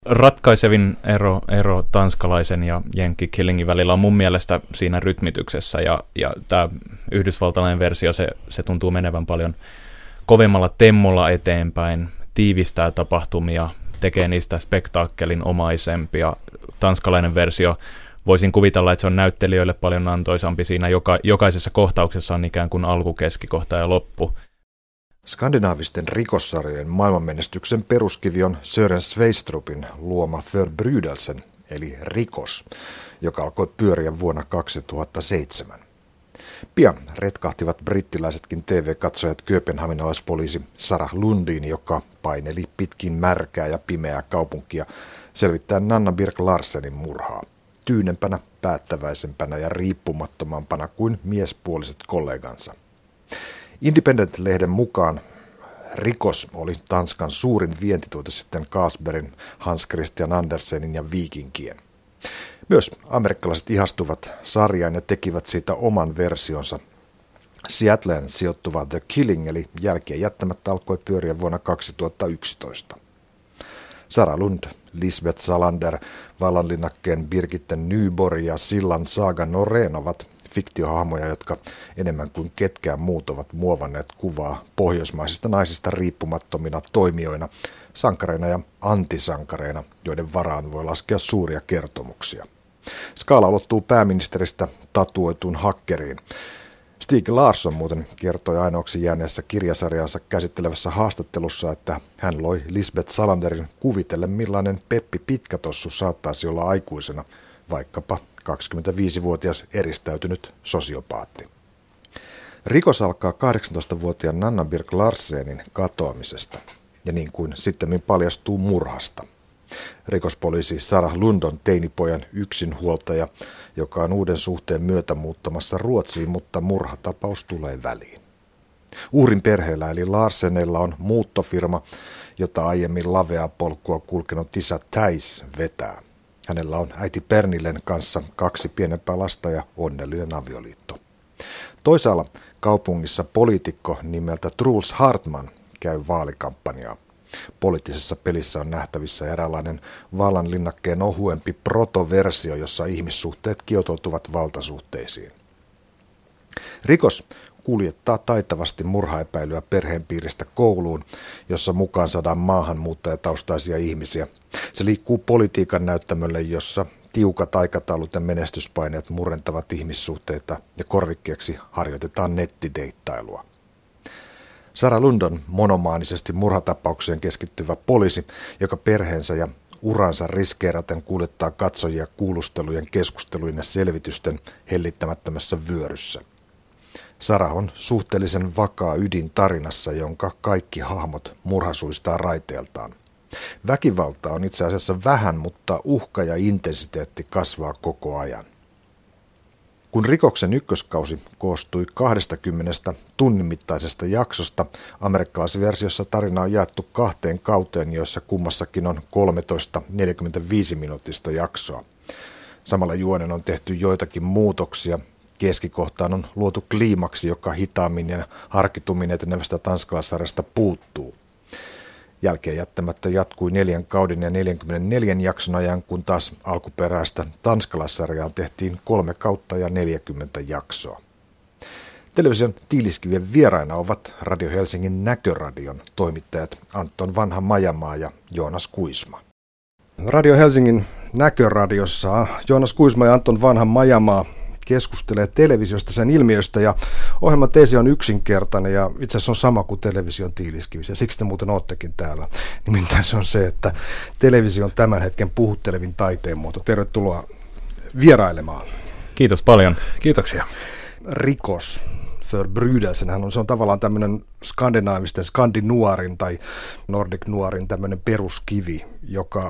Ratkaisevin ero tanskalaisen ja jenkkikillingin välillä on mun mielestä siinä rytmityksessä, ja tämä yhdysvaltalainen versio, se tuntuu menevän paljon kovemmalla temmolla eteenpäin, tiivistää tapahtumia, tekee niistä spektaakkelin omaisempia. Tanskalainen versio, voisin kuvitella, että se on näyttelijöille paljon antoisampi. Siinä jokaisessa kohtauksessa on ikään kuin alku, keskikohta ja loppu. Skandinaavisten rikossarjojen maailmanmenestyksen peruskivi on Søren Sveistrupin luoma Förbrydelsen, eli Rikos, joka alkoi pyöriä vuonna 2007. Pian retkahtivat brittiläisetkin TV-katsojat kööpenhaminalaispoliisi Sarah Lundin, joka paineli pitkin märkää ja pimeää kaupunkia selvittää Nanna Birk Larsenin murhaa. Tyynempänä, päättäväisempänä ja riippumattomampana kuin miespuoliset kollegansa. Independent-lehden mukaan Rikos oli Tanskan suurin vientituote sitten Carlsbergin, Hans Christian Andersenin ja Vikingien. Myös amerikkalaiset ihastuvat sarjaan ja tekivät siitä oman versionsa. Seattleen sijoittuva The Killing eli Jälkien jättämättä alkoi pyöriä vuonna 2011. Sarah Lund, Lisbeth Salander, vallanlinnakkeen Birgitte Nyborg ja Sillan Saga Norén ovat fiktiohahmoja, jotka enemmän kuin ketkään muut ovat muovanneet kuvaa pohjoismaisista naisista riippumattomina toimijoina, sankareina ja antisankareina, joiden varaan voi laskea suuria kertomuksia. Skaala ulottuu pääministeristä tatuoituun hakkeriin. Stieg Larsson muuten kertoi ainoaksi jääneessä kirjasarjansa käsittelevässä haastattelussa, että hän loi Lisbeth Salanderin kuvitellen millainen Peppi Pitkätossu saattaisi olla aikuisena, vaikkapa 25-vuotias eristäytynyt sosiopaatti. Rikos alkaa 18-vuotiaan Nanna Birk Larsenin katoamisesta ja niin kuin sittemmin paljastuu murhasta. Rikospoliisi Sarah Lund on teinipojan yksinhuoltaja, joka on uuden suhteen myötä muuttamassa Ruotsiin, mutta murhatapaus tulee väliin. Uhrin perheellä eli Larsenilla on muuttofirma, jota aiemmin laveaa polkua kulkenut isä Thijs vetää. Hänellä on äiti Pernillen kanssa 2 pienempää lasta ja onnellinen avioliitto. Toisaalla kaupungissa poliitikko nimeltä Truls Hartman käy vaalikampanjaa. Poliittisessa pelissä on nähtävissä eräänlainen vallanlinnakkeen ohuempi protoversio, jossa ihmissuhteet kietoutuvat valtasuhteisiin. Rikos kuljettaa taitavasti murhaepäilyä perheenpiiristä kouluun, jossa mukaan saadaan maahanmuuttajataustaisia ihmisiä. Se liikkuu politiikan näyttämölle, jossa tiukat aikataulut ja menestyspaineet murentavat ihmissuhteita ja korvikkeeksi harjoitetaan nettideittailua. Sarah Lund on monomaanisesti murhatapaukseen keskittyvä poliisi, joka perheensä ja uransa riskeeraten kuljettaa katsojia kuulustelujen, keskustelujen ja selvitysten hellittämättömässä vyöryssä. Sarah on suhteellisen vakaa ydin tarinassa, jonka kaikki hahmot murhasuistaa raiteeltaan. Väkivaltaa on itse asiassa vähän, mutta uhka ja intensiteetti kasvaa koko ajan. Kun Rikoksen ykköskausi koostui 20 tunnin mittaisesta jaksosta, amerikkalaisversiossa tarina on jaettu 2 kauteen, joissa kummassakin on 13 45-minuuttista jaksoa. Samalla juonen on tehty joitakin muutoksia. Keskikohtaan on luotu kliimaksi, joka hitaammin ja harkitummin etenevästä tanskalaissarjasta puuttuu. Jälkeen jättämättä jatkui 4 kauden ja 44 jakson ajan, kun taas alkuperäistä tanskalaissarjaa tehtiin 3 kautta ja 40 jaksoa. Television tiiliskivien vieraina ovat Radio Helsingin Näköradion toimittajat Anton Vanha Majamaa ja Joonas Kuisma. Radio Helsingin Näköradiossa Joonas Kuisma ja Anton Vanha Majamaa keskustelee televisiosta, sen ilmiöstä, ja ohjelman teesi on yksinkertainen ja itse asiassa on sama kuin television tiiliskivissä, ja siksi te muuten oottekin täällä. Nimittäin se on se, että televisio on tämän hetken puhuttelevin taiteen muoto. Tervetuloa vierailemaan. Kiitos paljon. Kiitoksia. Rikos, Förbrydelsen, se on tavallaan tämmöinen skandinaavisten skandinuorin tai nordic nuorin tämmöinen peruskivi, joka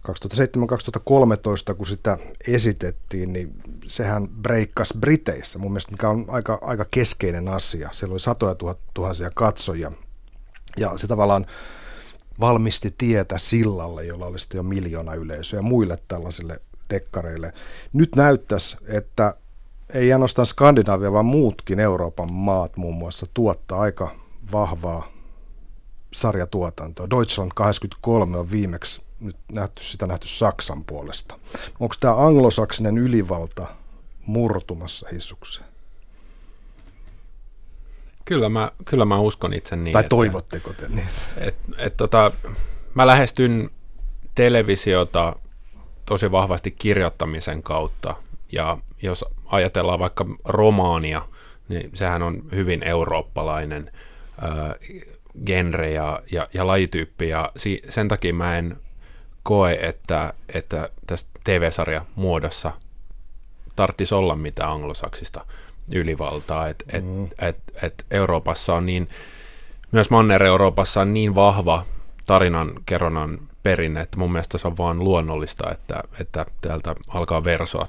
2007-2013, kun sitä esitettiin, niin sehän breikkasi Briteissä, mun mielestä mikä on aika keskeinen asia. Siellä oli satoja tuhansia katsojia, ja se tavallaan valmisti tietä sillalle, jolla oli sitten jo 1 miljoona yleisöä ja muille tällaisille dekkareille. Nyt näyttäisi, että ei ainoastaan Skandinavia, vaan muutkin Euroopan maat muun muassa tuottaa aika vahvaa sarjatuotantoa. Deutschland 83 on viimeksi nyt nähty Saksan puolesta. Onko tämä anglosaksinen ylivalta murtumassa hissukseen? Kyllä mä uskon itse niin. Tai toivotteko te niin? Mä lähestyn televisiota tosi vahvasti kirjoittamisen kautta, ja jos ajatellaan vaikka romaania, niin sehän on hyvin eurooppalainen genre ja lajityyppi, ja sen takia mä en koe, että tässä TV-sarjan muodossa tarvitsisi olla mitään anglosaksista ylivaltaa, että Euroopassa on niin, myös Manner-Euroopassa on niin vahva tarinankerronnan perinne, että mun mielestä se on vaan luonnollista, että täältä alkaa versoa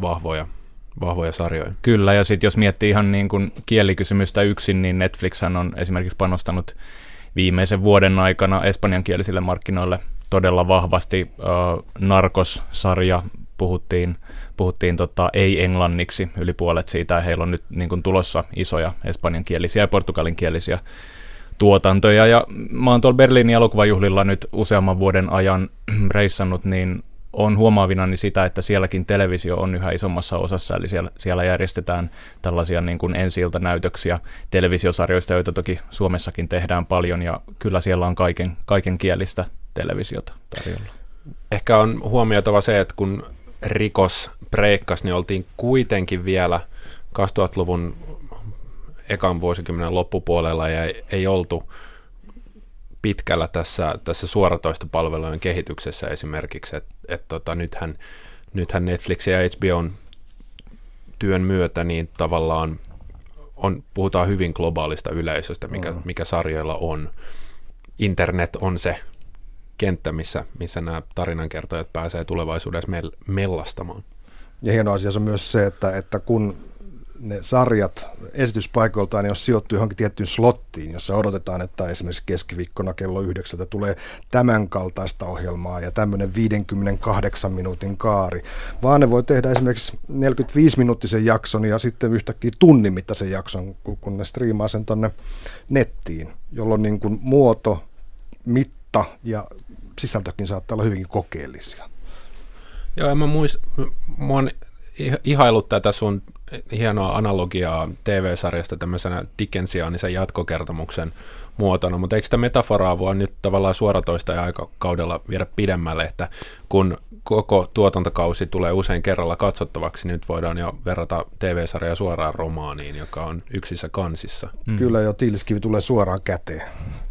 vahvoja sarjoja. Kyllä, ja sitten jos miettii ihan niin kuin kielikysymystä yksin, niin Netflixhän on esimerkiksi panostanut viimeisen vuoden aikana espanjankielisille markkinoille todella vahvasti. Narcos-sarja puhuttiin ei-englanniksi yli puolet siitä, ja heillä on nyt niin kuin tulossa isoja espanjankielisiä ja portugalinkielisiä tuotantoja, ja mä oon tuolla Berliinin elokuvajuhlilla nyt useamman vuoden ajan reissannut, niin on huomaavinani sitä, että sielläkin televisio on yhä isommassa osassa, eli siellä järjestetään tällaisia niin kuin ensi-iltanäytöksiä televisiosarjoista, joita toki Suomessakin tehdään paljon, ja kyllä siellä on kaiken kielistä televisiota tarjolla. Ehkä on huomioitava se, että kun Rikos breikkasi, niin oltiin kuitenkin vielä 2000-luvun ekan vuosikymmenen loppupuolella ja ei oltu pitkällä tässä suoratoistopalvelujen kehityksessä esimerkiksi, että nythän Netflix ja HBOn työn myötä niin tavallaan puhutaan hyvin globaalista yleisöstä, mikä sarjoilla on. Internet on se kenttä, missä nämä tarinankertojat pääsee tulevaisuudessa mellastamaan. Ja hieno asia on myös se, että kun ne sarjat esityspaikoiltaan, niin jos sijoittuu johonkin tiettyyn slottiin, jossa odotetaan, että esimerkiksi keskiviikkona kello 9 tulee tämän kaltaista ohjelmaa ja tämmöinen 58 minuutin kaari, vaan ne voi tehdä esimerkiksi 45-minuuttisen jakson ja sitten yhtäkkiä tunnin mittaisen jakson, kun ne striimaa sen tonne nettiin, jolloin niin kuin muoto, mitta ja sisältökin saattaa olla hyvinkin kokeellisia. Joo, ja mä oon ihailut tätä sun hienoa analogiaa TV-sarjasta tämmöisenä Dickensiaanisen jatkokertomuksen muotona, mutta eikö sitä metaforaa voi nyt tavallaan suoratoista ja aikakaudella viedä pidemmälle, että kun koko tuotantokausi tulee usein kerralla katsottavaksi, niin nyt voidaan jo verrata TV-sarjaa suoraan romaaniin, joka on yksissä kansissa. Kyllä jo tiiliskivi tulee suoraan käteen.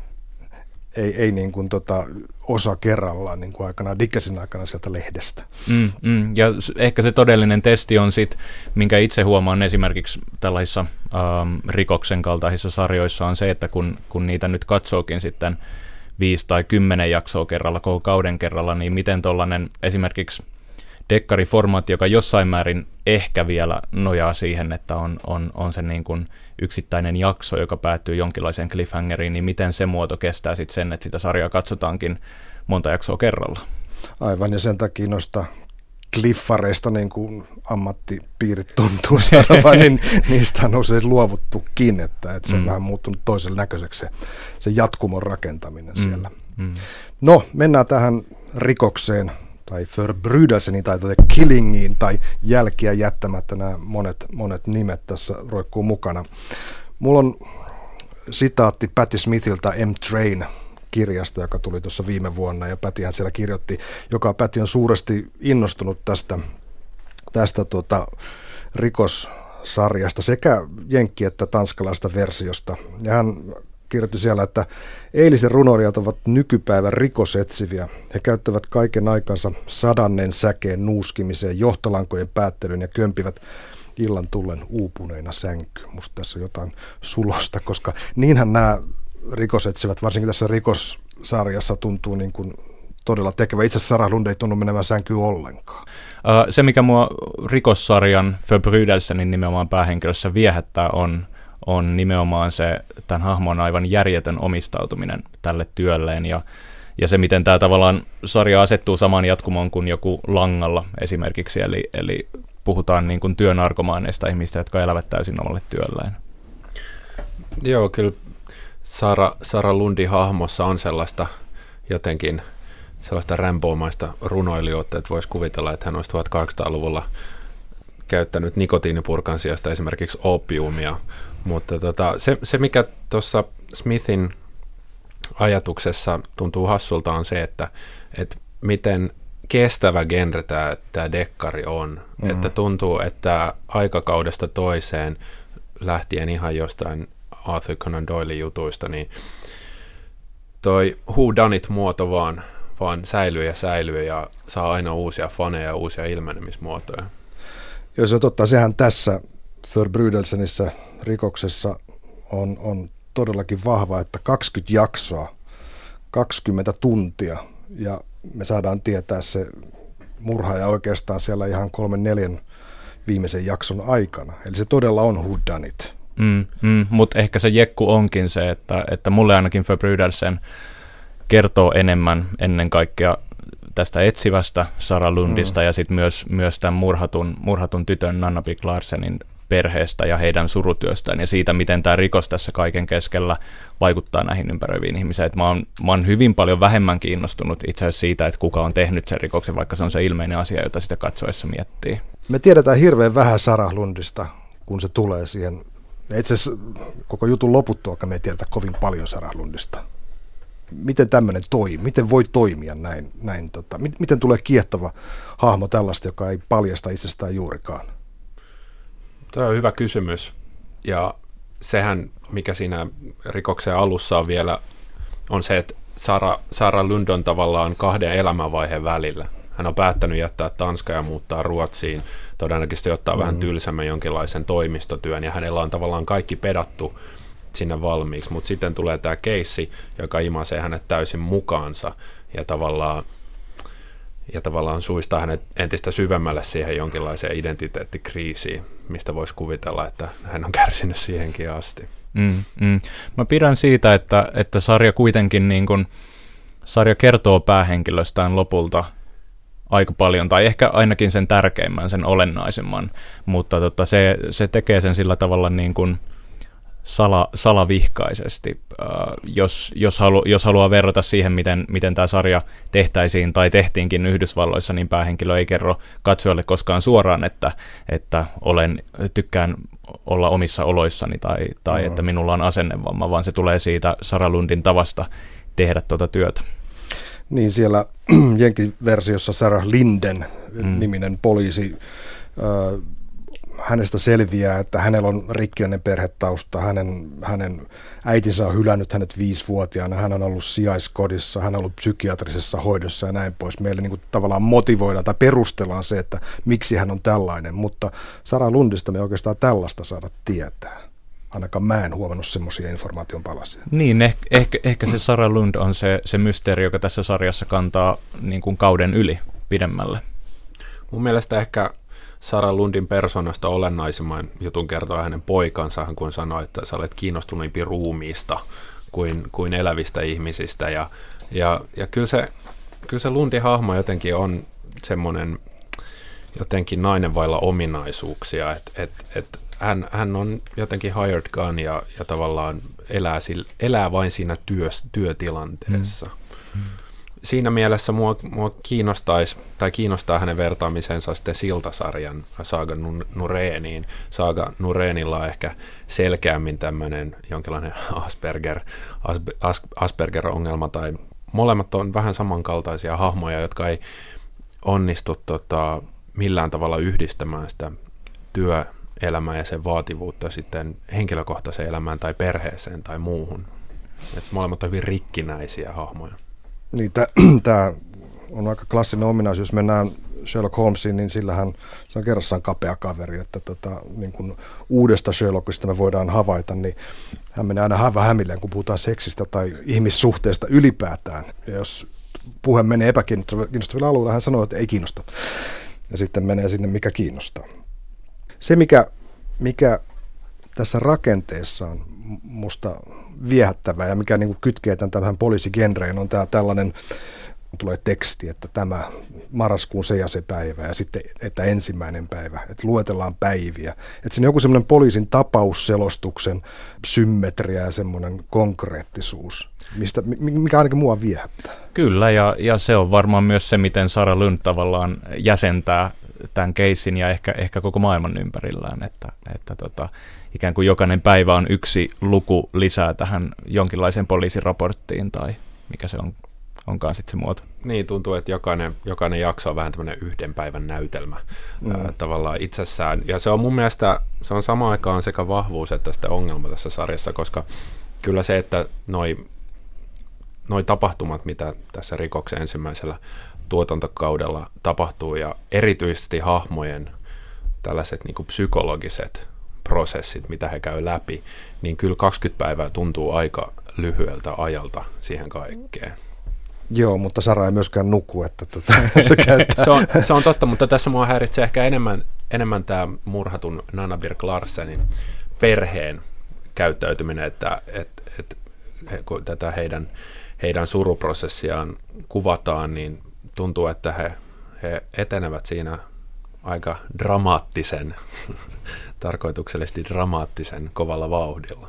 Ei niin kuin osa kerrallaan niin kuin aikanaan Dickensin aikana sieltä lehdestä. Ja ehkä se todellinen testi on sitten, minkä itse huomaan esimerkiksi tällaisissa rikoksen kaltaisissa sarjoissa, on se, että kun niitä nyt katsookin sitten 5 tai 10 jaksoa kerralla, koko kauden kerralla, niin miten tollainen esimerkiksi dekkariformaatti, joka jossain määrin ehkä vielä nojaa siihen, että on se niin kuin yksittäinen jakso, joka päättyy jonkinlaiseen cliffhangeriin, niin miten se muoto kestää sitten sen, että sitä sarjaa katsotaankin monta jaksoa kerralla. Aivan, ja sen takia noista cliffareista, niin kuin ammattipiirit tuntuu sanovan, niin niistä on usein luovuttukin, että se on vähän muuttunut toisen näköiseksi se jatkumon rakentaminen siellä. No, mennään tähän rikokseen, tai Förbrydelsen tai Killingiin, tai jälkiä jättämättä, nämä monet nimet tässä roikkuu mukana. Mulla on sitaatti Patti Smithiltä M-Train -kirjasta, joka tuli tuossa viime vuonna, ja Pattihan siellä kirjoitti, Patti on suuresti innostunut tästä rikossarjasta, sekä jenkki- että tanskalaista versiosta, ja hän kirjoitti siellä, että eilisen runoilijat ovat nykypäivän rikosetsiviä. He käyttävät kaiken aikansa 100 säkeen nuuskimiseen, johtolankojen päättelyyn ja kömpivät illan tullen uupuneina sänkyyn. Musta tässä on jotain sulosta, koska niinhän nämä rikosetsivät, varsinkin tässä rikossarjassa, tuntuu niin kuin todella tekevä. Itse asiassa Sarah Lund ei tunnu menemään sänkyyn ollenkaan. Se, mikä mua rikossarjan Förbrydelsenin nimenomaan päähenkilössä viehättää, on nimenomaan se tämän hahmon aivan järjetön omistautuminen tälle työlleen, ja se, miten tämä tavallaan sarja asettuu samaan jatkumoon kuin joku Langalla esimerkiksi, eli puhutaan niin kuin työnarkomaaneista ihmistä, jotka elävät täysin omalle työlleen. Joo, kyllä Sarah Lundin hahmossa on sellaista jotenkin sellaista Rambo-maista runoilijoita, että voisi kuvitella, että hän olisi 1800-luvulla käyttänyt nikotiinipurkan sijasta esimerkiksi opiumia. Mutta se mikä tuossa Smithin ajatuksessa tuntuu hassulta, on se, että miten kestävä genre tämä dekkari on. Mm-hmm. Että tuntuu, että aikakaudesta toiseen lähtien ihan jostain Arthur Conan Doyle jutuista, niin toi whodunit-muoto vaan säilyy ja saa aina uusia faneja ja uusia ilmenemismuotoja. Joo, se on totta. Sehän tässä Förbrydelsenissa rikoksessa on todellakin vahva, että 20 jaksoa, 20 tuntia, ja me saadaan tietää se murhaaja oikeastaan siellä ihan 3-4 viimeisen jakson aikana. Eli se todella on whodunit. Mutta ehkä se jekku onkin se, että mulle ainakin Förbrydelsen kertoo enemmän ennen kaikkea tästä etsivästä Sarah Lundista ja sitten myös tämän murhatun tytön Nanna Big Larsenin perheestä ja heidän surutyöstään ja siitä, miten tämä rikos tässä kaiken keskellä vaikuttaa näihin ympäröiviin ihmisiin. Mä oon hyvin paljon vähemmän kiinnostunut itse asiassa siitä, että kuka on tehnyt sen rikoksen, vaikka se on se ilmeinen asia, jota sitä katsoessa miettii. Me tiedetään hirveän vähän Sarah Lundista, kun se tulee siihen. Itse asiassa koko jutun loputtuakaan me ei tiedetä kovin paljon Sarah Lundista. Miten tämmöinen toimii? Miten voi toimia näin? Miten tulee kiehtova hahmo tällaista, joka ei paljasta itsestään juurikaan? Tuo on hyvä kysymys. Ja sehän, mikä siinä rikoksen alussa on vielä, on se, että Sarah Lund on tavallaan 2 elämänvaiheen välillä. Hän on päättänyt jättää Tanskan ja muuttaa Ruotsiin, todennäköisesti ottaa vähän tylsemmän jonkinlaisen toimistotyön, ja hänellä on tavallaan kaikki pedattu sinne valmiiksi, mutta sitten tulee tämä keissi, joka imaisee hänet täysin mukaansa ja tavallaan suistaa hänet entistä syvemmälle siihen jonkinlaiseen identiteettikriisiin, mistä voisi kuvitella, että hän on kärsinyt siihenkin asti. Mä pidän siitä, että sarja kuitenkin sarja kertoo päähenkilöstään lopulta aika paljon, tai ehkä ainakin sen tärkeimmän, sen olennaisemman, mutta se tekee sen sillä tavalla salavihkaisesti. Jos haluaa verrata siihen, miten tämä sarja tehtäisiin tai tehtiinkin Yhdysvalloissa, niin päähenkilö ei kerro katsojalle koskaan suoraan, että tykkään olla omissa oloissani tai että minulla on asennevamma, vaan se tulee siitä Sarah Lundin tavasta tehdä tuota työtä. Niin siellä jenkiversiossa Sarah Linden niminen poliisi, hänestä selviää, että hänellä on rikkinäinen perhetausta, hänen äitinsä on hylännyt hänet 5-vuotiaana, hän on ollut sijaiskodissa, hän on ollut psykiatrisessa hoidossa ja näin pois. Meille tavallaan motivoidaan tai perustellaan se, että miksi hän on tällainen, mutta Sarah Lundista me oikeastaan tällaista saada tietää. Ainakaan mä en huomannut semmoisia informaation palasia. Niin, ehkä se Sarah Lund on se mysteeri, joka tässä sarjassa kantaa kauden yli pidemmälle. Mun mielestä ehkä Sarah Lundin persoonasta olennaisimman jutun kertoo hänen poikansa, kun sanoi, että sä olet kiinnostuneempi ruumiista kuin elävistä ihmisistä. Ja kyllä se Lundin hahmo jotenkin on semmoinen jotenkin nainen vailla ominaisuuksia, että hän on jotenkin hired gun ja tavallaan elää vain siinä työtilanteessa. Siinä mielessä mua kiinnostaa hänen vertaamisensa sitten Silta-sarjan Saga Noreeniin. Saga Noreenilla on ehkä selkeämmin tämmöinen jonkinlainen Asperger-ongelma, tai molemmat on vähän samankaltaisia hahmoja, jotka ei onnistu millään tavalla yhdistämään sitä työelämää ja sen vaativuutta sitten henkilökohtaiseen elämään tai perheeseen tai muuhun. Et molemmat on hyvin rikkinäisiä hahmoja. Niin, tämä on aika klassinen ominaisuus. Jos mennään Sherlock Holmesiin, niin sillähän se on kerrassaan kapea kaveri, että niin kuin uudesta Sherlockista me voidaan havaita, niin hän menee aina vähän hämilleen, kun puhutaan seksistä tai ihmissuhteesta ylipäätään. Ja jos puhe menee epäkiinnostavilla alueilla, hän sanoo, että ei kiinnosta. Ja sitten menee sinne, mikä kiinnostaa. Se, mikä tässä rakenteessa on musta viehättävää ja mikä niin kuin kytkee tämän tähän poliisigenreen, on tämä tällainen tulee teksti, että tämä marraskuun se ja se päivä ja sitten, että ensimmäinen päivä, että luetellaan päiviä. Että siinä on joku semmoinen poliisin tapausselostuksen symmetria ja semmoinen konkreettisuus, mikä ainakin mua viehättää. Kyllä, ja se on varmaan myös se, miten Sarah Lund tavallaan jäsentää tämän keissin ja ehkä koko maailman ympärillään, että ikään kuin jokainen päivä on yksi luku lisää tähän jonkinlaiseen poliisiraporttiin tai mikä se onkaan sitten se muoto. Niin, tuntuu, että jokainen jakso on vähän tämmöinen yhden päivän näytelmä tavallaan itsessään. Ja se on mun mielestä, se on samaan aikaan sekä vahvuus että sitten ongelma tässä sarjassa, koska kyllä se, että noi tapahtumat, mitä tässä rikoksen ensimmäisellä tuotantokaudella tapahtuu, ja erityisesti hahmojen tällaiset niin kuin psykologiset prosessit, mitä he käy läpi, niin kyllä 20 päivää tuntuu aika lyhyeltä ajalta siihen kaikkeen. Joo, mutta Sara ei myöskään nuku, että se käyttää. Se on totta, mutta tässä mua häiritsee ehkä enemmän tämä murhatun Nanna Birk Larsenin perheen käyttäytyminen, että kun tätä heidän suruprosessiaan kuvataan, niin tuntuu, että he etenevät siinä aika tarkoituksellisesti dramaattisen kovalla vauhdilla.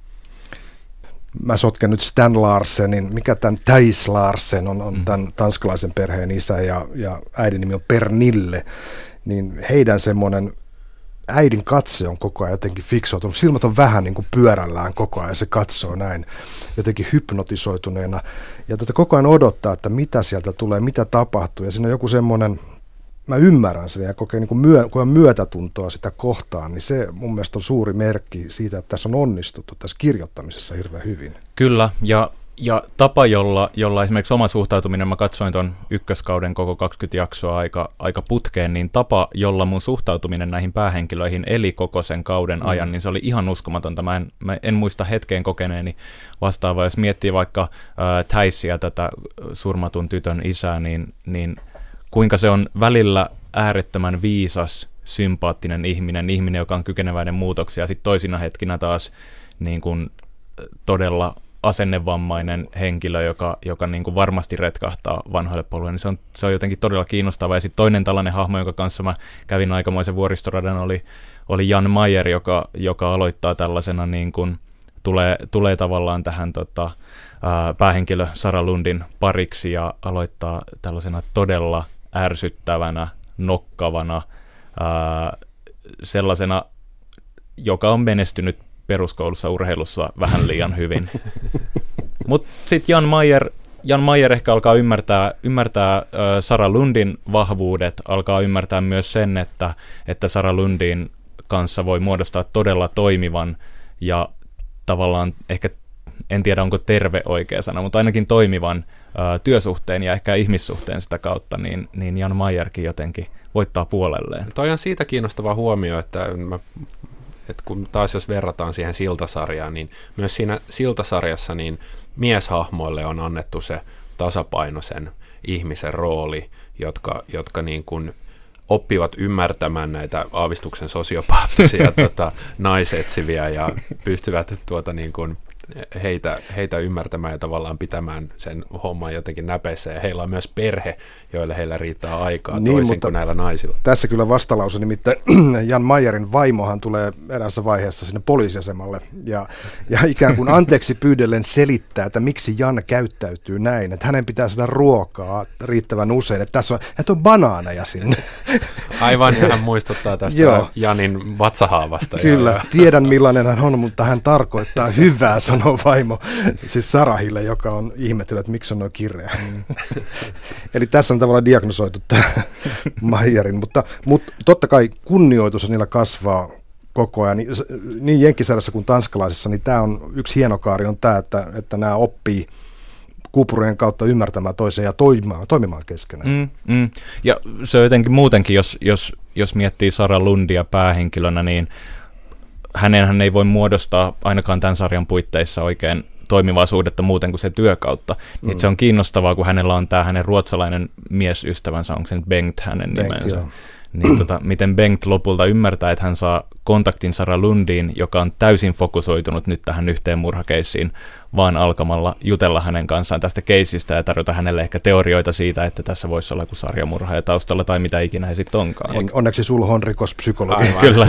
Mä sotken nyt Stan Larsenin, mikä tämän Thijs Larsen on tämän tanskalaisen perheen isä ja äidin nimi on Pernille, niin heidän semmoinen äidin katse on koko ajan jotenkin fiksoutunut. Silmät on vähän niin kuin pyörällään koko ajan, se katsoo näin jotenkin hypnotisoituneena. Ja koko ajan odottaa, että mitä sieltä tulee, mitä tapahtuu. Ja siinä on joku semmoinen, mä ymmärrän sen ja kokee niin kuin myötätuntoa sitä kohtaan, niin se mun mielestä on suuri merkki siitä, että tässä on onnistuttu tässä kirjoittamisessa hirveän hyvin. Kyllä, ja tapa, jolla esimerkiksi oma suhtautuminen, mä katsoin ton ykköskauden koko 20 jaksoa aika putkeen, niin tapa, jolla mun suhtautuminen näihin päähenkilöihin eli koko sen kauden ajan, niin se oli ihan uskomatonta. Mä en muista hetkeen kokeneeni vastaavaa. Jos miettii vaikka Thijsia, tätä surmatun tytön isää, niin kuinka se on välillä äärettömän viisas, sympaattinen ihminen, joka on kykeneväinen muutoksia, ja sitten toisina hetkinä taas niin kuin todella asennevammainen henkilö, joka niin kuin varmasti retkahtaa vanhoille poluille, niin se on jotenkin todella kiinnostavaa. Ja sitten toinen tällainen hahmo, jonka kanssa mä kävin aikamoisen vuoristoradan, oli Jan Meyer, joka aloittaa tällaisena, niin kuin, tulee tavallaan tähän päähenkilö Sarah Lundin pariksi ja aloittaa tällaisena todella ärsyttävänä, nokkavana, sellaisena, joka on menestynyt peruskoulussa urheilussa vähän liian hyvin. Mutta sitten Jan Meyer ehkä alkaa ymmärtää Sarah Lundin vahvuudet, alkaa ymmärtää myös sen, että Sarah Lundin kanssa voi muodostaa todella toimivan ja tavallaan ehkä, en tiedä onko terve oikea sana, mutta ainakin toimivan työsuhteen ja ehkä ihmissuhteen sitä kautta, niin Jan Meyerkin jotenkin voittaa puolelleen. Toi on siitä kiinnostava huomio, että kun taas jos verrataan siihen Siltasarjaan, niin myös siinä Siltasarjassa niin mieshahmoille on annettu se tasapainoisen ihmisen rooli, jotka niin kuin oppivat ymmärtämään näitä aavistuksen sosiopaattisia naisetsiviä ja pystyvät niin kuin heitä ymmärtämään ja tavallaan pitämään sen homman jotenkin näpeissä. Ja heillä on myös perhe, joille heillä riittää aikaa toisin kuin näillä naisilla. Tässä kyllä vastalause, nimittäin Jan Meyerin vaimohan tulee erässä vaiheessa sinne poliisiasemalle ja ikään kuin anteeksi pyydellen selittää, että miksi Jan käyttäytyy näin, että hänen pitää saada ruokaa riittävän usein, että tässä on banaaneja sinne. Aivan, ja hän muistuttaa tästä Janin vatsahaavasta. Kyllä, tiedän millainen hän on, mutta hän tarkoittaa hyvää, sanoo vaimo, siis Sarahille, joka on ihmetellyt, että miksi on noin kireä. Eli tässä on tavallaan diagnosoitu tämä Meyerin, mutta totta kai kunnioitus niillä kasvaa koko ajan. Niin jenkkisarjassa kuin tanskalaisessa, niin tämä on yksi hieno kaari on tämä, että nämä oppii kuupurien kautta ymmärtämään toiseen ja toimimaan keskenään. Ja se on jotenkin muutenkin, jos miettii Sarah Lundia päähenkilönä, niin hänenhän ei voi muodostaa ainakaan tämän sarjan puitteissa oikein toimivaa suhdetta muuten kuin se työkautta. Se on kiinnostavaa, kun hänellä on tämä hänen ruotsalainen miesystävänsä, onko se nyt Bengt hänen nimensä. Niin miten Bengt lopulta ymmärtää, että hän saa kontaktin Sarah Lundiin, joka on täysin fokusoitunut nyt tähän yhteen murhakeissiin, vaan alkamalla jutella hänen kanssaan tästä keissistä ja tarjota hänelle ehkä teorioita siitä, että tässä voisi olla joku sarjamurhaaja taustalla tai mitä ikinä he sitten onkaan. Onneksi Sulho on rikospsykologi. Kyllä.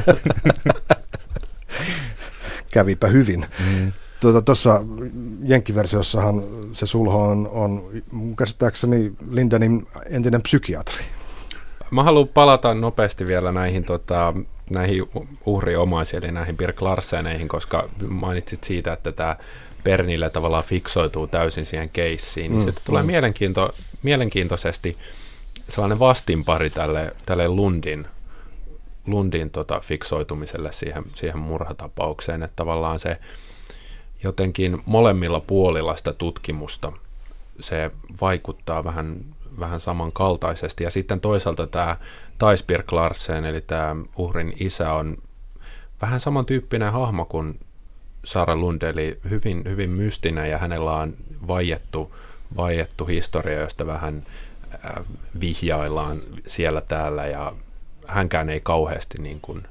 Kävipä hyvin. Tuossa jenkkiversiossahan se Sulho on käsittääkseni Lindenin entinen psykiatri. Mä haluan palata nopeasti vielä näihin uhriomaisiin, eli näihin Birk Larseneihin, koska mainitsit siitä, että tämä Pernille tavallaan fiksoituu täysin siihen keissiin, niin se tulee mielenkiintoisesti sellainen vastinpari tälle Lundin fiksoitumiselle siihen murhatapaukseen, että tavallaan se jotenkin molemmilla puolilla sitä tutkimusta se vaikuttaa vähän samankaltaisesti. Ja sitten toisaalta tämä Theis Birk Larsen, eli tämä uhrin isä, on vähän samantyyppinen hahmo kuin Sarah Lund, eli hyvin, hyvin mystinen, ja hänellä on vaiettu historia, josta vähän vihjaillaan siellä täällä, ja hänkään ei kauheasti niin kuin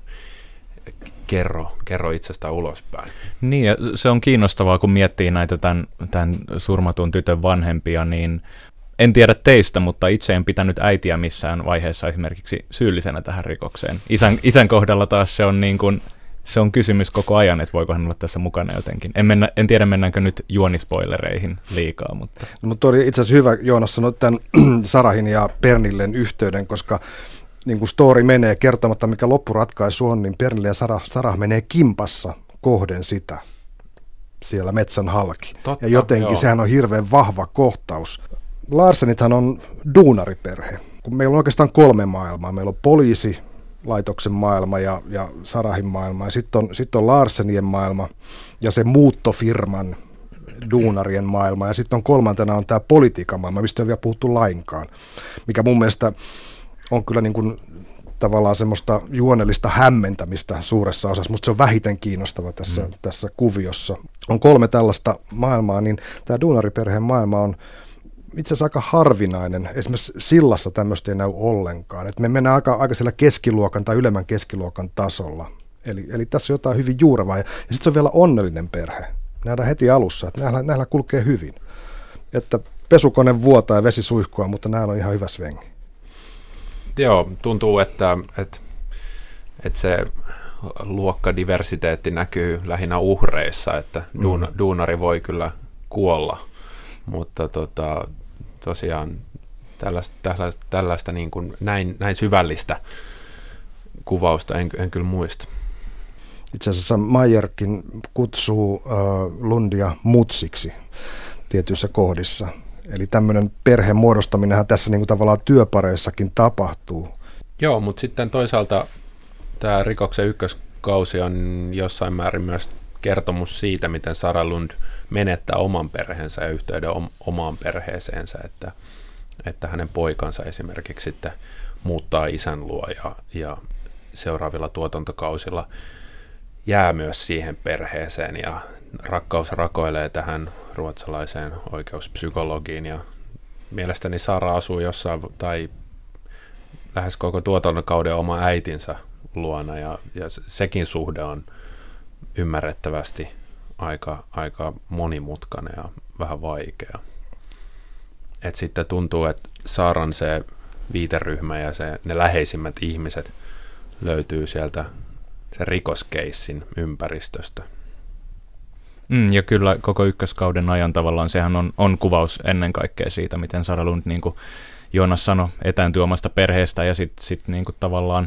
kerro itsestään ulospäin. Niin, ja se on kiinnostavaa, kun miettii näitä tämän surmatun tytön vanhempia, niin en tiedä teistä, mutta itse en pitänyt äitiä missään vaiheessa esimerkiksi syyllisenä tähän rikokseen. Isän kohdalla taas se on kysymys koko ajan, että voiko hän olla tässä mukana jotenkin. En tiedä, mennäänkö nyt juonispoilereihin liikaa. Mutta tuo oli itse asiassa hyvä, Joonas sanoi tämän Sarahin ja Pernillen yhteyden, koska niin kuin story menee kertomatta, mikä loppuratkaisu on, niin Pernille ja Sarah menee kimpassa kohden sitä siellä metsän halki. Totta, ja jotenkin sehän on hirveän vahva kohtaus. Larsenithan on duunariperhe. Kun meillä on oikeastaan 3 maailmaa. Meillä on poliisilaitoksen maailma ja Sarahin maailma. Ja sitten on Larsenien maailma ja se muuttofirman duunarien maailma. Ja sitten on 3. on tämä politiikan maailma, mistä ei ole vielä puhuttu lainkaan. Mikä mun mielestä on kyllä niin kuin tavallaan semmoista juonellista hämmentämistä suuressa osassa. Musta se on vähiten kiinnostava tässä kuviossa. On 3 tällaista maailmaa, niin tämä duunariperheen maailma on itse asiassa aika harvinainen. Esimerkiksi Sillassa tämmöistä ei näy ollenkaan. Et me mennään aika siellä keskiluokan tai ylemmän keskiluokan tasolla. Eli tässä on jotain hyvin juurevaa. Ja sitten se on vielä onnellinen perhe. Nähdään heti alussa, että näillä kulkee hyvin. Että pesukone vuotaa ja vesi suihkua, mutta näillä on ihan hyvä svengi. Joo, tuntuu, että se luokkadiversiteetti näkyy lähinnä uhreissa, että duunari voi kyllä kuolla, mutta tosiaan tällaista niin kuin näin syvällistä kuvausta en kyllä muista. Itse asiassa Mayerkin kutsuu Lundia mutsiksi tietyissä kohdissa. Eli tämmöinen perheen muodostaminenhan tässä niin kuin tavallaan työpareissakin tapahtuu. Joo, mutta sitten toisaalta tämä rikoksen ykköskausi on jossain määrin myös kertomus siitä, miten Sarah Lund menettää oman perheensä ja yhteyden omaan perheeseensä, että hänen poikansa esimerkiksi sitten muuttaa isän luo ja seuraavilla tuotantokausilla jää myös siihen perheeseen ja rakkaus rakoilee tähän ruotsalaiseen oikeuspsykologiin ja mielestäni Sara asuu jossain tai lähes koko tuotantokauden oma äitinsä luona ja sekin suhde on ymmärrettävästi aika monimutkainen ja vähän vaikea. Et sitten tuntuu, että Saran se viiteryhmä ja ne läheisimmät ihmiset löytyy sieltä sen rikoskeissin ympäristöstä. Ja kyllä koko ykköskauden ajan tavallaan sehän on kuvaus ennen kaikkea siitä, miten Sarah Lund, niin kuin Joonas sanoi, etääntyy omasta perheestä ja sitten niin kuin tavallaan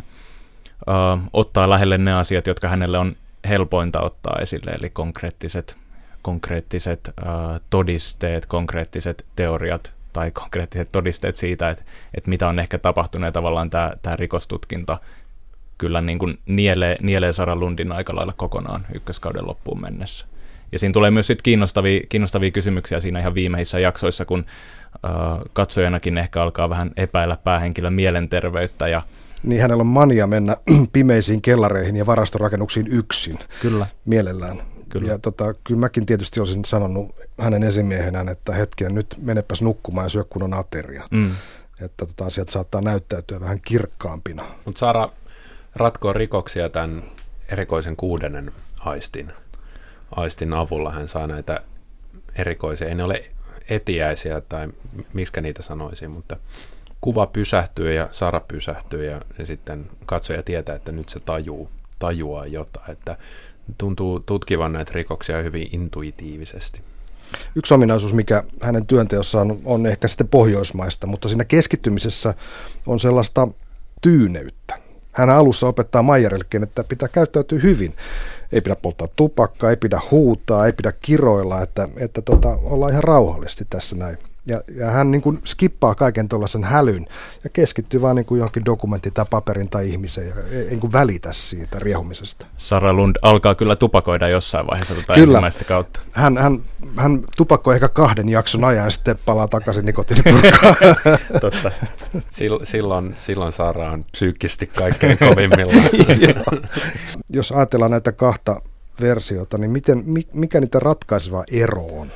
ottaa lähelle ne asiat, jotka hänelle on helpointa ottaa esille, eli konkreettiset todisteet, konkreettiset teoriat tai konkreettiset todisteet siitä, että mitä on ehkä tapahtunut ja tavallaan tämä rikostutkinta kyllä niin kuin nielee Sarah Lundin aika lailla kokonaan ykköskauden loppuun mennessä. Ja siinä tulee myös sit kiinnostavia kysymyksiä siinä ihan viimeisissä jaksoissa, kun katsojanakin ehkä alkaa vähän epäillä päähenkilön mielenterveyttä. Niin hänellä on mania mennä pimeisiin kellareihin ja varastorakennuksiin yksin. Kyllä. Mielellään. Kyllä. Ja kyllä mäkin tietysti olisin sanonut hänen esimiehenään, että hetken nyt menepäs nukkumaan ja syö kun on ateria. Että asiat saattaa näyttäytyä vähän kirkkaampina. Mutta Sara ratkoo rikoksia tämän erikoisen kuudennen aistin avulla hän saa näitä erikoisia, ei ne ole etiäisiä tai miksikä niitä sanoisin, mutta kuva pysähtyy ja Sara pysähtyy ja sitten katsoja tietää, että nyt se tajuaa jotain, että tuntuu tutkivan näitä rikoksia hyvin intuitiivisesti. Yksi ominaisuus, mikä hänen työnteossaan on ehkä sitten pohjoismaista, mutta siinä keskittymisessä on sellaista tyyneyttä. Hän alussa opettaa Meijerillekin, että pitää käyttäytyä hyvin. Ei pidä polttaa tupakkaa, ei pidä huutaa, ei pidä kiroilla, että ollaan ihan rauhallisesti tässä näin. Ja hän niin kuin skippaa kaiken tuollaisen hälyn ja keskittyy vaan niin kuin johonkin dokumentin tai paperin tai ihmiseen ja ei niin kuin välitä siitä riehumisesta. Sara Lund alkaa kyllä tupakoida jossain vaiheessa ensimmäistä kautta. Hän tupakoi ehkä 2 jakson ajan ja sitten palaa takaisin nikotiinipurkkaan. Totta. Silloin Sara on psyykkisesti kaikkein kovimmillaan. Jos ajatellaan näitä 2 versiota, niin mikä niitä ratkaiseva ero on?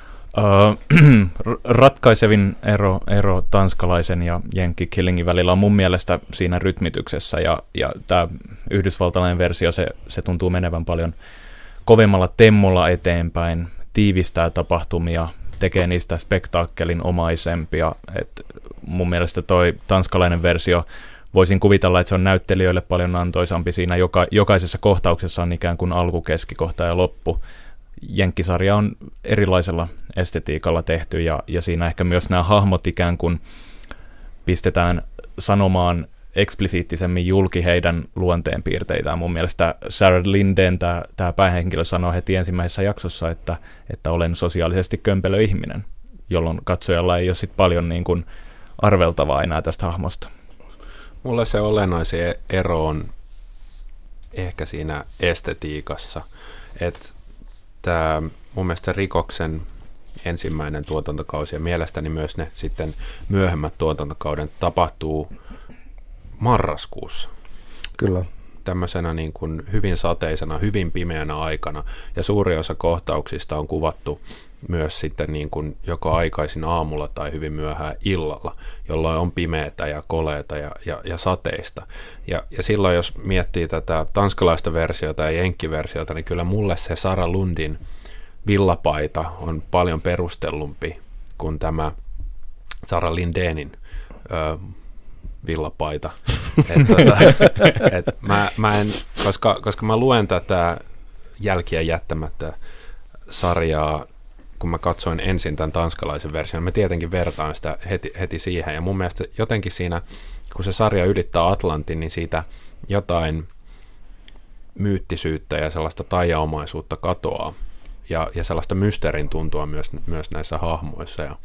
Ratkaisevin ero tanskalaisen ja Jenkki Killingin välillä on mun mielestä siinä rytmityksessä, ja tämä yhdysvaltalainen versio, se tuntuu menevän paljon kovemmalla temmolla eteenpäin, tiivistää tapahtumia, tekee niistä spektaakkelin omaisempia. Et mun mielestä toi tanskalainen versio, voisin kuvitella, että se on näyttelijöille paljon antoisampi. Siinä jokaisessa kohtauksessa on ikään kuin alku, keskikohta ja loppu. Jenkkisarja on erilaisella estetiikalla tehty, ja siinä ehkä myös nämä hahmot ikään kuin pistetään sanomaan eksplisiittisemmin julki heidän luonteenpiirteitään. Mun mielestä Sarah Linden, tämä päähenkilö, sanoo heti ensimmäisessä jaksossa, että olen sosiaalisesti kömpelö ihminen, jolloin katsojalla ei ole sit paljon niin kuin arveltavaa enää tästä hahmosta. Mulle se olennaisin ero on ehkä siinä estetiikassa, että tämä mun mielestä Rikoksen ensimmäinen tuotantokausi ja mielestäni myös ne sitten myöhemmät tuotantokauden tapahtuu marraskuussa. Kyllä. Tämmöisenä niin kuin hyvin sateisena, hyvin pimeänä aikana, ja suuri osa kohtauksista on kuvattu myös sitten niin kuin joko aikaisin aamulla tai hyvin myöhään illalla, jolloin on pimeätä ja koleeta ja sateista. Ja silloin, jos miettii tätä tanskalaista versiota ja jenkkiversiota, niin kyllä mulle se Sara Lundin villapaita on paljon perustellumpi kuin tämä Sara Lindenin villapaita. Mä en, koska mä luen tätä jälkiä jättämättä sarjaa, kun mä katsoin ensin tämän tanskalaisen version, mä tietenkin vertaan sitä heti siihen, ja mun mielestä jotenkin siinä, kun se sarja ylittää Atlantin, niin siitä jotain myyttisyyttä ja sellaista taianomaisuutta katoaa, ja sellaista mysteerin tuntua myös näissä hahmoissa, ja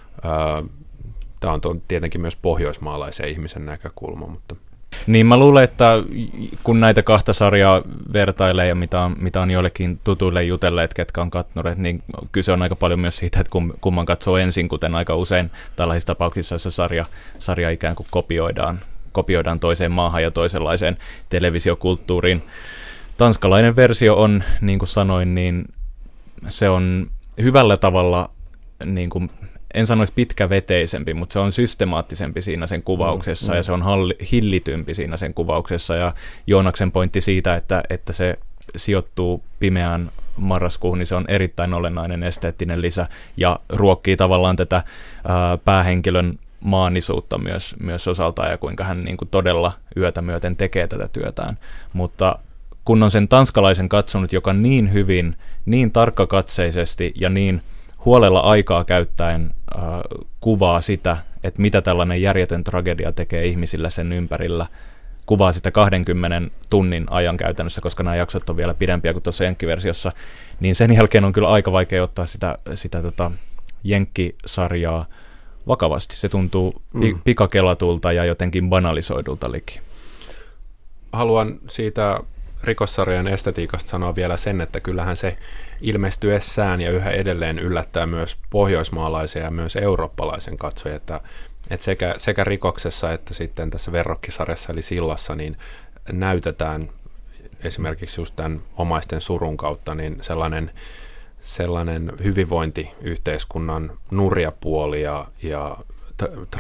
tämä on tietenkin myös pohjoismaalaisen ihmisen näkökulma, mutta niin mä luulen, että kun näitä 2 sarjaa vertailee ja mitä on joillekin tutuille jutelleet, ketkä on katsoneet, niin kyse on aika paljon myös siitä, että kumman katsoo ensin, kuten aika usein tällaisissa tapauksissa, jossa sarja ikään kuin kopioidaan toiseen maahan ja toisenlaiseen televisiokulttuuriin. Tanskalainen versio on, niin kuin sanoin, niin se on hyvällä tavalla, niin kuin, en sanoisi pitkäveteisempi, mutta se on systemaattisempi siinä sen kuvauksessa ja se on hillitympi siinä sen kuvauksessa. Ja Joonaksen pointti siitä, että se sijoittuu pimeään marraskuuhun, niin se on erittäin olennainen esteettinen lisä ja ruokkii tavallaan tätä päähenkilön maanisuutta myös osaltaan ja kuinka hän niin kuin todella yötä myöten tekee tätä työtään. Mutta kun on sen tanskalaisen katsonut, joka niin hyvin, niin tarkkakatseisesti ja niin huolella aikaa käyttäen kuvaa sitä, että mitä tällainen järjetön tragedia tekee ihmisillä sen ympärillä, kuvaa sitä 20 tunnin ajan käytännössä, koska nämä jaksot on vielä pidempiä kuin tuossa jenkkiversiossa, niin sen jälkeen on kyllä aika vaikea ottaa sitä jenkkisarjaa vakavasti. Se tuntuu pikakelatulta ja jotenkin banalisoidulta liki. Haluan siitä rikossarjan estetiikasta sanoa vielä sen, että kyllähän se ilmestyessään ja yhä edelleen yllättää myös pohjoismaalaisia ja myös eurooppalaisen katsoja, että sekä Rikoksessa että sitten tässä verrokkisarjassa eli Sillassa niin näytetään esimerkiksi just tämän omaisten surun kautta niin sellainen hyvinvointiyhteiskunnan nurja puoli ja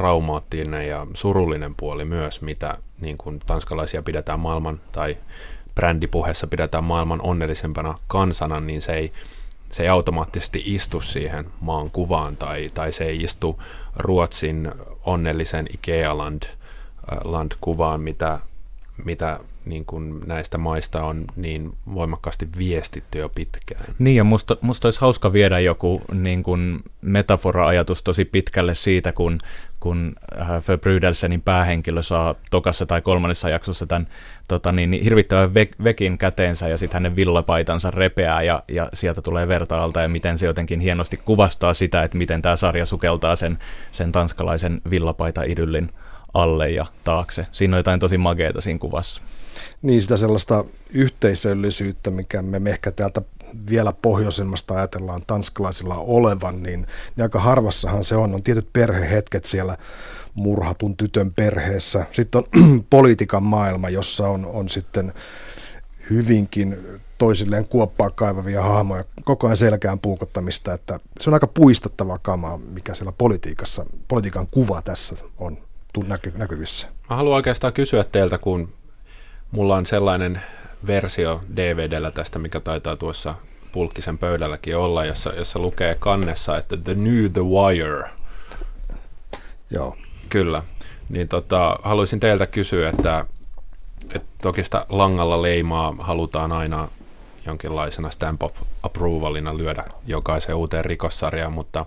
traumaattinen ja surullinen puoli myös, mitä niin kuin tanskalaisia pidetään maailman tai brändipuheessa pidetään maailman onnellisempana kansana, niin se ei automaattisesti istu siihen maan kuvaan, tai se ei istu Ruotsin onnellisen Ikea-land-kuvaan, mitä niin kuin näistä maista on niin voimakkaasti viestitty jo pitkään. Niin, ja musta olisi hauska viedä joku niin kuin metafora-ajatus tosi pitkälle siitä, kun Verbrüdelsenin päähenkilö saa tokassa tai kolmannessa jaksossa tämän hirvittävän vekin käteensä, ja sitten hänen villapaitansa repeää, ja sieltä tulee verta alta, ja miten se jotenkin hienosti kuvastaa sitä, että miten tämä sarja sukeltaa sen tanskalaisen villapaita-idyllin alle ja taakse. Siinä on jotain tosi mageeta siinä kuvassa. Niin, sitä sellaista yhteisöllisyyttä, mikä me ehkä täältä vielä pohjoisemmasta ajatellaan tanskalaisilla olevan, niin aika harvassahan se on tietyt perhehetket siellä murhatun tytön perheessä. Sitten on politiikan maailma, jossa on sitten hyvinkin toisilleen kuoppaa kaivavia hahmoja, koko ajan selkään puukottamista, että se on aika puistattava kamaa, mikä siellä politiikan kuva tässä on näkyvissä. Mä haluan oikeastaan kysyä teiltä, kun mulla on sellainen versio DVD:llä tästä, mikä taitaa tuossa Pulkkisen pöydälläkin olla, jossa lukee kannessa, että The Wire. Joo. Kyllä. Niin haluaisin teiltä kysyä, että toki sitä langalla leimaa halutaan aina jonkinlaisena stamp of approvalina lyödä jokaiseen uuteen rikossarjaan, mutta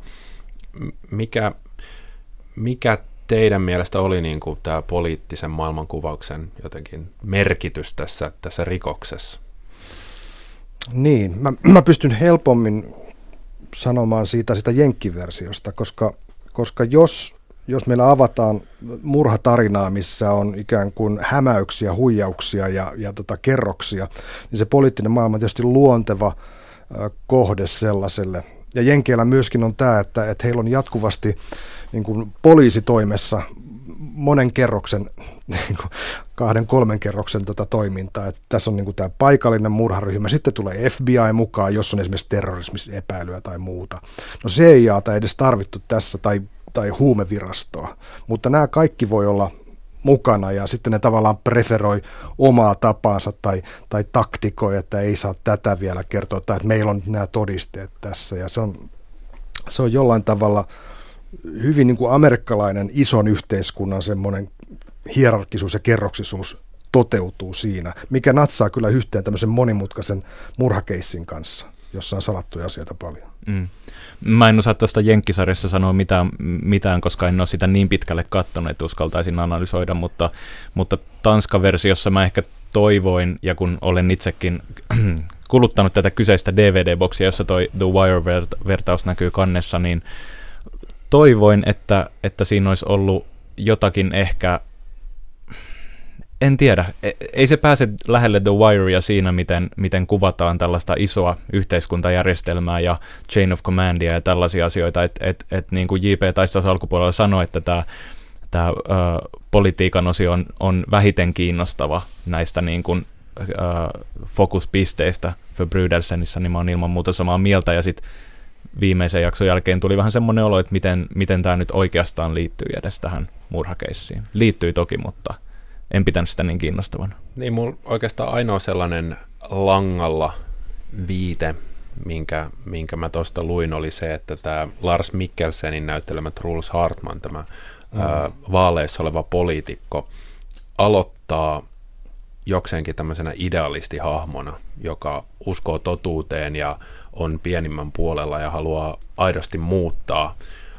mikä teidän mielestä oli niin kuin tämä poliittisen maailmankuvauksen jotenkin merkitys tässä rikoksessa? Niin, mä pystyn helpommin sanomaan siitä jenkkiversiosta, koska jos meillä avataan murhatarinaa, missä on ikään kuin hämäyksiä, huijauksia ja kerroksia, niin se poliittinen maailma on tietysti luonteva kohde sellaiselle. Ja jenkeillä myöskin on tämä, että heillä on jatkuvasti niin kuin poliisitoimessa monen kerroksen, niin kuin 2-3 kerroksen toimintaa. Että tässä on niin kuin tämä paikallinen murharyhmä, sitten tulee FBI mukaan, jos on esimerkiksi terrorismisepäilyä tai muuta. No CIA:ta ei edes tarvittu tässä tai huumevirastoa, mutta nämä kaikki voi olla mukana ja sitten ne tavallaan preferoi omaa tapaansa tai taktikoi, että ei saa tätä vielä kertoa tai että meillä on nämä todisteet tässä ja se on jollain tavalla hyvin niin kuin amerikkalainen ison yhteiskunnan semmoinen hierarkisuus ja kerroksisuus toteutuu siinä, mikä natsaa kyllä yhteen tämmöisen monimutkaisen murhakeissin kanssa, jossa on salattuja asioita paljon. Mm. Mä en osaa tuosta jenkkisarjasta sanoa mitään, koska en ole sitä niin pitkälle katsonut, että uskaltaisin analysoida, mutta Tanska-versiossa mä ehkä toivoin, ja kun olen itsekin kuluttanut tätä kyseistä DVD-boksia, jossa toi The Wire-vertaus näkyy kannessa, niin toivoin, että siinä olisi ollut jotakin ehkä, en tiedä, ei se pääse lähelle The Wirea siinä, miten kuvataan tällaista isoa yhteiskuntajärjestelmää ja chain of commandia ja tällaisia asioita, että niin kuin J.P. taisi alkupuolella sanoa, että tämä politiikan osio on vähiten kiinnostava näistä niin kuin, fokuspisteistä Verbrüdelsenissä, niin mä oon ilman muuta samaa mieltä, ja sitten viimeisen jakson jälkeen tuli vähän semmoinen olo, että miten tämä nyt oikeastaan liittyy edes tähän murhakeissiin. Liittyy toki, mutta en pitänyt sitä niin kiinnostavana. Niin, mulla oikeastaan ainoa sellainen langalla viite, minkä mä tuosta luin, oli se, että tämä Lars Mikkelsenin näyttelemä Truls Hartman, tämä vaaleissa oleva poliitikko, aloittaa jokseenkin tämmöisenä idealistihahmona, joka uskoo totuuteen ja on pienimmän puolella ja haluaa aidosti muuttaa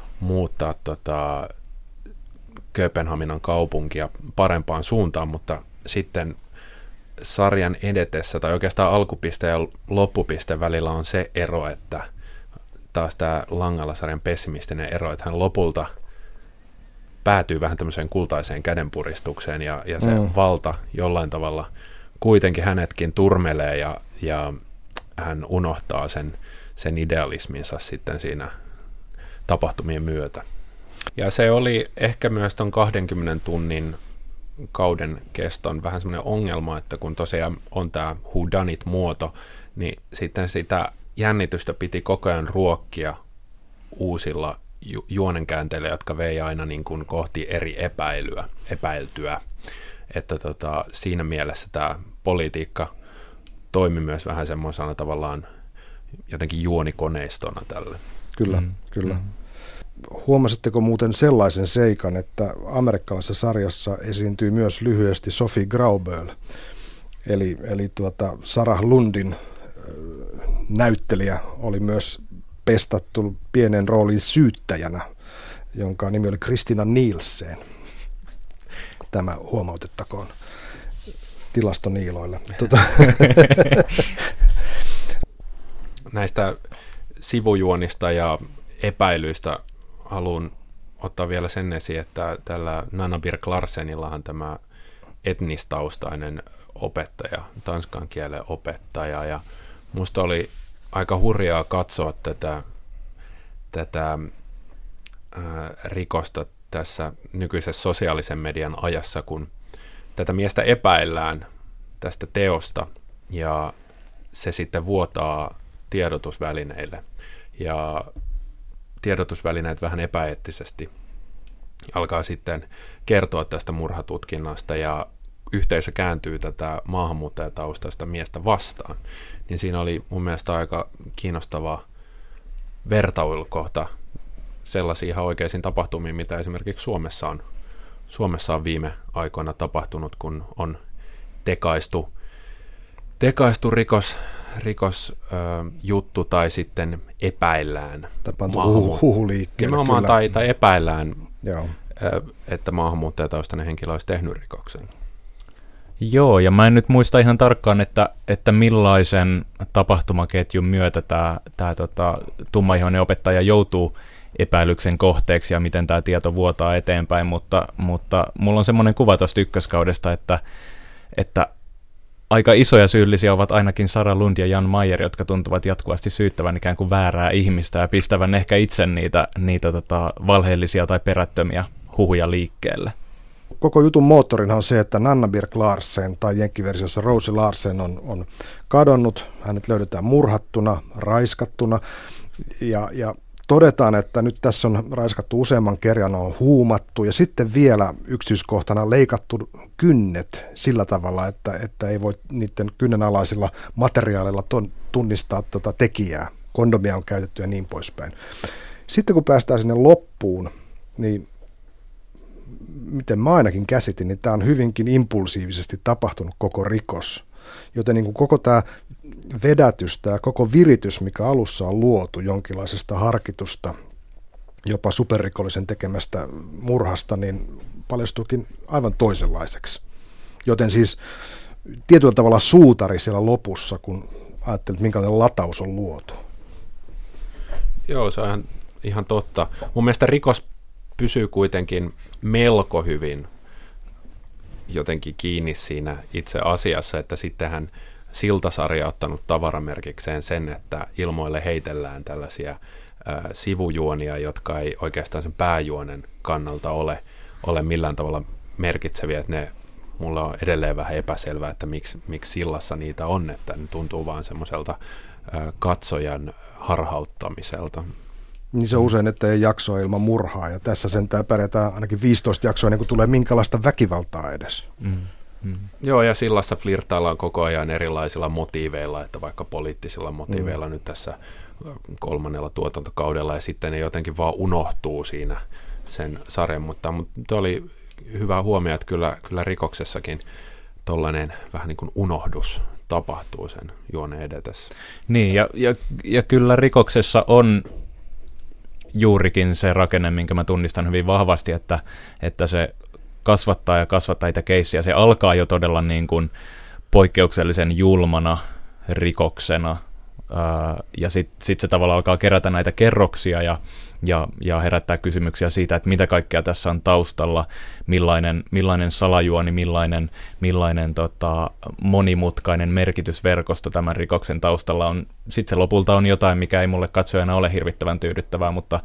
Kööpenhaminan kaupunkia parempaan suuntaan, mutta sitten sarjan edetessä, tai oikeastaan alkupiste ja loppupiste välillä on se ero, että taas tämä Langalla-sarjan pessimistinen ero, että hän lopulta päätyy vähän tämmöiseen kultaiseen kädenpuristukseen, ja se valta jollain tavalla kuitenkin hänetkin turmelee, ja hän unohtaa sen idealisminsa sitten siinä tapahtumien myötä. Ja se oli ehkä myös ton 20 tunnin kauden keston vähän semmoinen ongelma, että kun tosiaan on tämä whodunit-muoto, niin sitten sitä jännitystä piti koko ajan ruokkia uusilla juonenkäänteillä, jotka vei aina niin kuin kohti eri epäiltyä. Että siinä mielessä tämä politiikka toimi myös vähän semmoisena tavallaan jotenkin juonikoneistona tälle. Kyllä, kyllä. Huomasitteko muuten sellaisen seikan, että amerikkalaisessa sarjassa esiintyy myös lyhyesti Sophie Grauböl, eli Sarah Lundin näyttelijä oli myös pestattu pienen roolin syyttäjänä, jonka nimi oli Christina Nielsen. Tämä huomautettakoon tilastoniiloille. Näistä sivujuonista ja epäilyistä haluan ottaa vielä sen esiin, että tällä Nanna Birk Larsenillahan tämä etnistaustainen opettaja, tanskan kielen opettaja, ja musta oli aika hurjaa katsoa tätä rikosta tässä nykyisessä sosiaalisen median ajassa, kun tätä miestä epäillään tästä teosta ja se sitten vuotaa tiedotusvälineille ja tiedotusvälineet vähän epäeettisesti alkaa sitten kertoa tästä murhatutkinnasta ja yhteisö kääntyy tätä maahanmuuttajataustaista miestä vastaan. Niin siinä oli mun mielestä aika kiinnostava vertailukohta sellaisiin ihan oikeisiin tapahtumiin, mitä esimerkiksi Suomessa on viime aikoina tapahtunut, kun on tekaistu rikosjuttu tai sitten epäillään huhuliikkeelle. Tai epäillään, että maahanmuuttajataustainen henkilö olisi tehnyt rikoksen. Joo, ja mä en nyt muista ihan tarkkaan, että millaisen tapahtumaketjun myötä tämä tummaihoinen opettaja joutuu epäilyksen kohteeksi ja miten tämä tieto vuotaa eteenpäin, mutta mulla on semmoinen kuva tuosta ykköskaudesta, että aika isoja syyllisiä ovat ainakin Sara Lund ja Jan Meyer, jotka tuntuvat jatkuvasti syyttävän ikään kuin väärää ihmistä ja pistävän ehkä itse niitä valheellisia tai perättömiä huhuja liikkeelle. Koko jutun moottorina on se, että Nanna Birk Larsen tai jenkkiversiossa Rosie Larsen on kadonnut. Hänet löydetään murhattuna, raiskattuna ja todetaan, että nyt tässä on raiskattu useamman kerran, on huumattu ja sitten vielä yksityiskohtana leikattu kynnet sillä tavalla, että ei voi niiden kynnenalaisilla materiaaleilla tunnistaa tekijää. Kondomia on käytetty ja niin poispäin. Sitten kun päästään sinne loppuun, niin miten mä ainakin käsitin, niin tämä on hyvinkin impulsiivisesti tapahtunut koko rikos. Joten niin kuin koko tämä vedätys, tämä koko viritys, mikä alussa on luotu jonkinlaisesta harkitusta, jopa superrikollisen tekemästä murhasta, niin paljastuukin aivan toisenlaiseksi. Joten siis tietyllä tavalla suutari siellä lopussa, kun ajattelet, minkälainen lataus on luotu. Joo, se on ihan totta. Mun mielestä rikos pysyy kuitenkin melko hyvin jotenkin kiinni siinä itse asiassa, että sittenhän Siltasarja on ottanut tavaramerkikseen sen, että ilmoille heitellään tällaisia sivujuonia, jotka ei oikeastaan sen pääjuonen kannalta ole millään tavalla merkitseviä, että ne mulla on edelleen vähän epäselvää, että miksi Sillassa niitä on, että ne tuntuu vaan semmoiselta katsojan harhauttamiselta. Niin se usein, että ei jaksoa ilman murhaa, ja tässä sentään pärjätään ainakin 15 jaksoa, ennen kuin tulee minkälaista väkivaltaa edes. Joo, ja Sillassa flirtaillaan koko ajan erilaisilla motiiveilla, että vaikka poliittisilla motiiveilla nyt tässä 3. tuotantokaudella, ja sitten ne jotenkin vaan unohtuu siinä sen sarjan, mutta oli hyvä huomio, että kyllä rikoksessakin tollainen vähän niin kuin unohdus tapahtuu sen juoneen edetessä. Niin, ja kyllä rikoksessa on juurikin se rakenne, minkä mä tunnistan hyvin vahvasti, että se kasvattaa niitä keissiä. Se alkaa jo todella niin kuin poikkeuksellisen julmana rikoksena, ja sitten se tavallaan alkaa kerätä näitä kerroksia ja herättää kysymyksiä siitä, että mitä kaikkea tässä on taustalla, millainen salajuoni, millainen monimutkainen merkitysverkosto tämän rikoksen taustalla on. Sitten se lopulta on jotain, mikä ei mulle katsojana ole hirvittävän tyydyttävää, mutta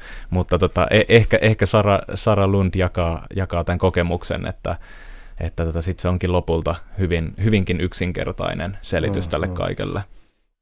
ehkä Sara Lund jakaa tämän kokemuksen, että sitten se onkin lopulta hyvinkin yksinkertainen selitys tälle kaikelle.